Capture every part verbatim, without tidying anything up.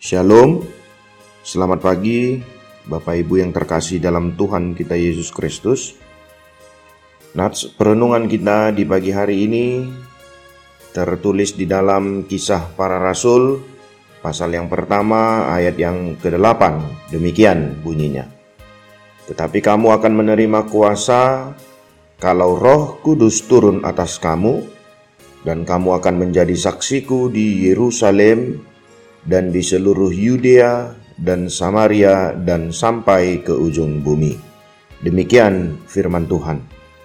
Shalom, selamat pagi Bapak Ibu yang terkasih dalam Tuhan kita Yesus Kristus. Nats perenungan kita di pagi hari ini tertulis di dalam Kisah Para Rasul, pasal yang pertama ayat yang kedelapan. Demikian bunyinya. Tetapi kamu akan menerima kuasa kalau Roh Kudus turun atas kamu, dan kamu akan menjadi saksiku di Yerusalem dan di seluruh Yudea dan Samaria dan sampai ke ujung bumi. Demikian firman Tuhan.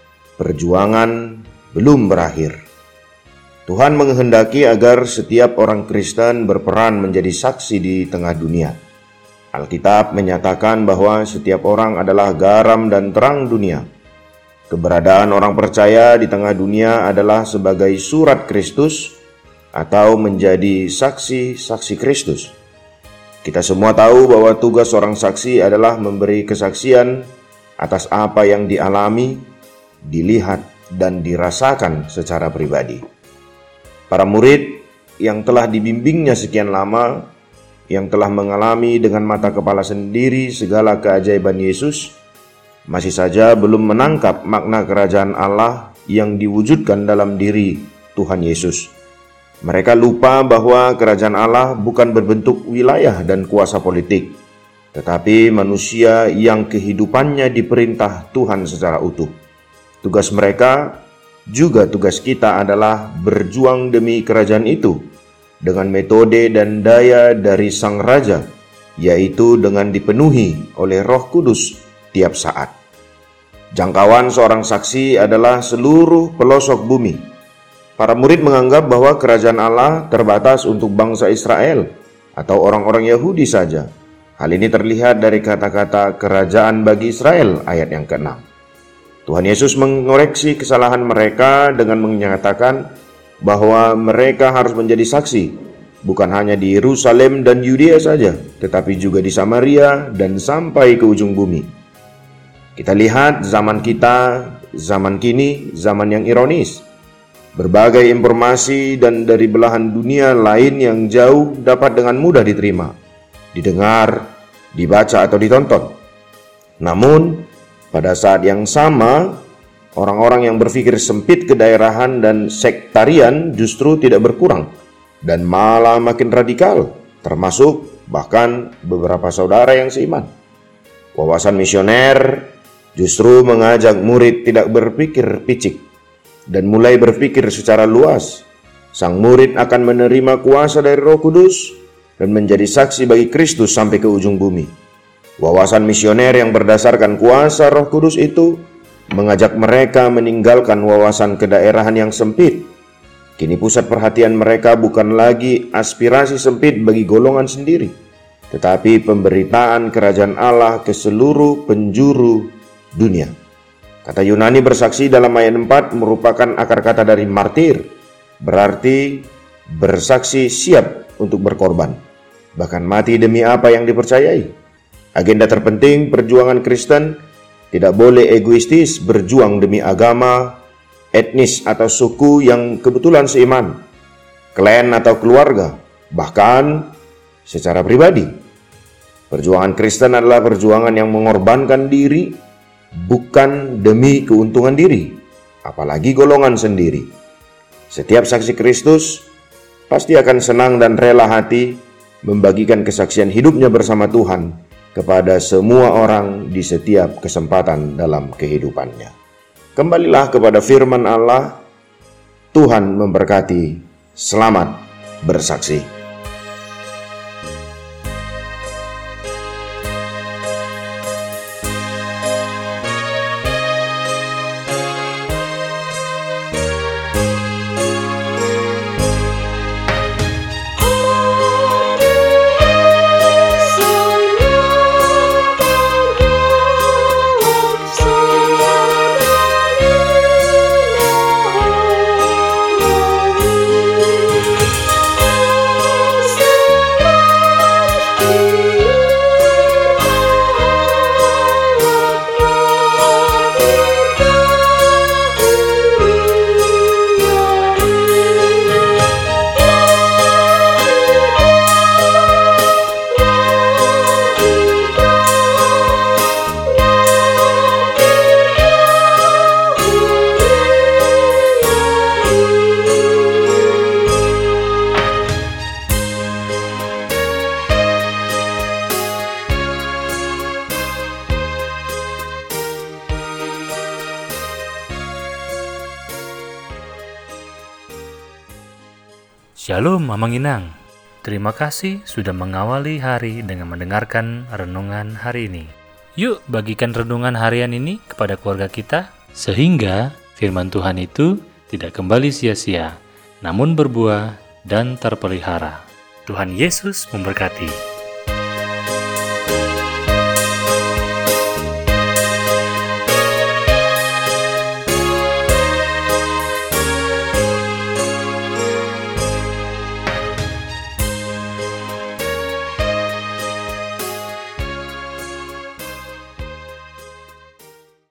Perjuangan belum berakhir. Tuhan menghendaki agar setiap orang Kristen berperan menjadi saksi di tengah dunia. Alkitab menyatakan bahwa setiap orang adalah garam dan terang dunia. Keberadaan orang percaya di tengah dunia adalah sebagai surat Kristus atau menjadi saksi-saksi Kristus. Kita semua tahu bahwa tugas seorang saksi adalah memberi kesaksian atas apa yang dialami, dilihat, dan dirasakan secara pribadi. Para murid yang telah dibimbingnya sekian lama, yang telah mengalami dengan mata kepala sendiri segala keajaiban Yesus, masih saja belum menangkap makna kerajaan Allah yang diwujudkan dalam diri Tuhan Yesus. Mereka lupa bahwa kerajaan Allah bukan berbentuk wilayah dan kuasa politik, tetapi manusia yang kehidupannya diperintah Tuhan secara utuh. Tugas mereka, juga tugas kita adalah berjuang demi kerajaan itu dengan metode dan daya dari Sang Raja, yaitu dengan dipenuhi oleh Roh Kudus tiap saat. Jangkauan seorang saksi adalah seluruh pelosok bumi. Para murid menganggap bahwa kerajaan Allah terbatas untuk bangsa Israel atau orang-orang Yahudi saja. Hal ini terlihat dari kata-kata kerajaan bagi Israel ayat yang keenam. Tuhan Yesus mengoreksi kesalahan mereka dengan menyatakan bahwa mereka harus menjadi saksi, bukan hanya di Yerusalem dan Yudea saja, tetapi juga di Samaria dan sampai ke ujung bumi. Kita lihat zaman kita, zaman kini, zaman yang ironis. Berbagai informasi dan dari belahan dunia lain yang jauh dapat dengan mudah diterima, didengar, dibaca atau ditonton. Namun, pada saat yang sama, orang-orang yang berpikir sempit kedaerahan dan sektarian justru tidak berkurang dan malah makin radikal, termasuk bahkan beberapa saudara yang seiman. Wawasan misioner justru mengajak murid tidak berpikir picik dan mulai berpikir secara luas. Sang murid akan menerima kuasa dari Roh Kudus dan menjadi saksi bagi Kristus sampai ke ujung bumi. Wawasan misioner yang berdasarkan kuasa Roh Kudus itu mengajak mereka meninggalkan wawasan kedaerahan yang sempit. Kini pusat perhatian mereka bukan lagi aspirasi sempit bagi golongan sendiri, tetapi pemberitaan kerajaan Allah ke seluruh penjuru dunia. Kata Yunani bersaksi dalam ayat empat merupakan akar kata dari martir, berarti bersaksi siap untuk berkorban, bahkan mati demi apa yang dipercayai. Agenda terpenting perjuangan Kristen tidak boleh egoistis berjuang demi agama, etnis atau suku yang kebetulan seiman, klan atau keluarga, bahkan secara pribadi. Perjuangan Kristen adalah perjuangan yang mengorbankan diri, bukan demi keuntungan diri, apalagi golongan sendiri. Setiap saksi Kristus pasti akan senang dan rela hati membagikan kesaksian hidupnya bersama Tuhan kepada semua orang di setiap kesempatan dalam kehidupannya. Kembalilah kepada firman Allah. Tuhan memberkati. Selamat bersaksi. Shalom Mamang Inang. Terima kasih sudah mengawali hari dengan mendengarkan renungan hari ini. Yuk bagikan renungan harian ini kepada keluarga kita, sehingga firman Tuhan itu tidak kembali sia-sia, namun berbuah dan terpelihara. Tuhan Yesus memberkati.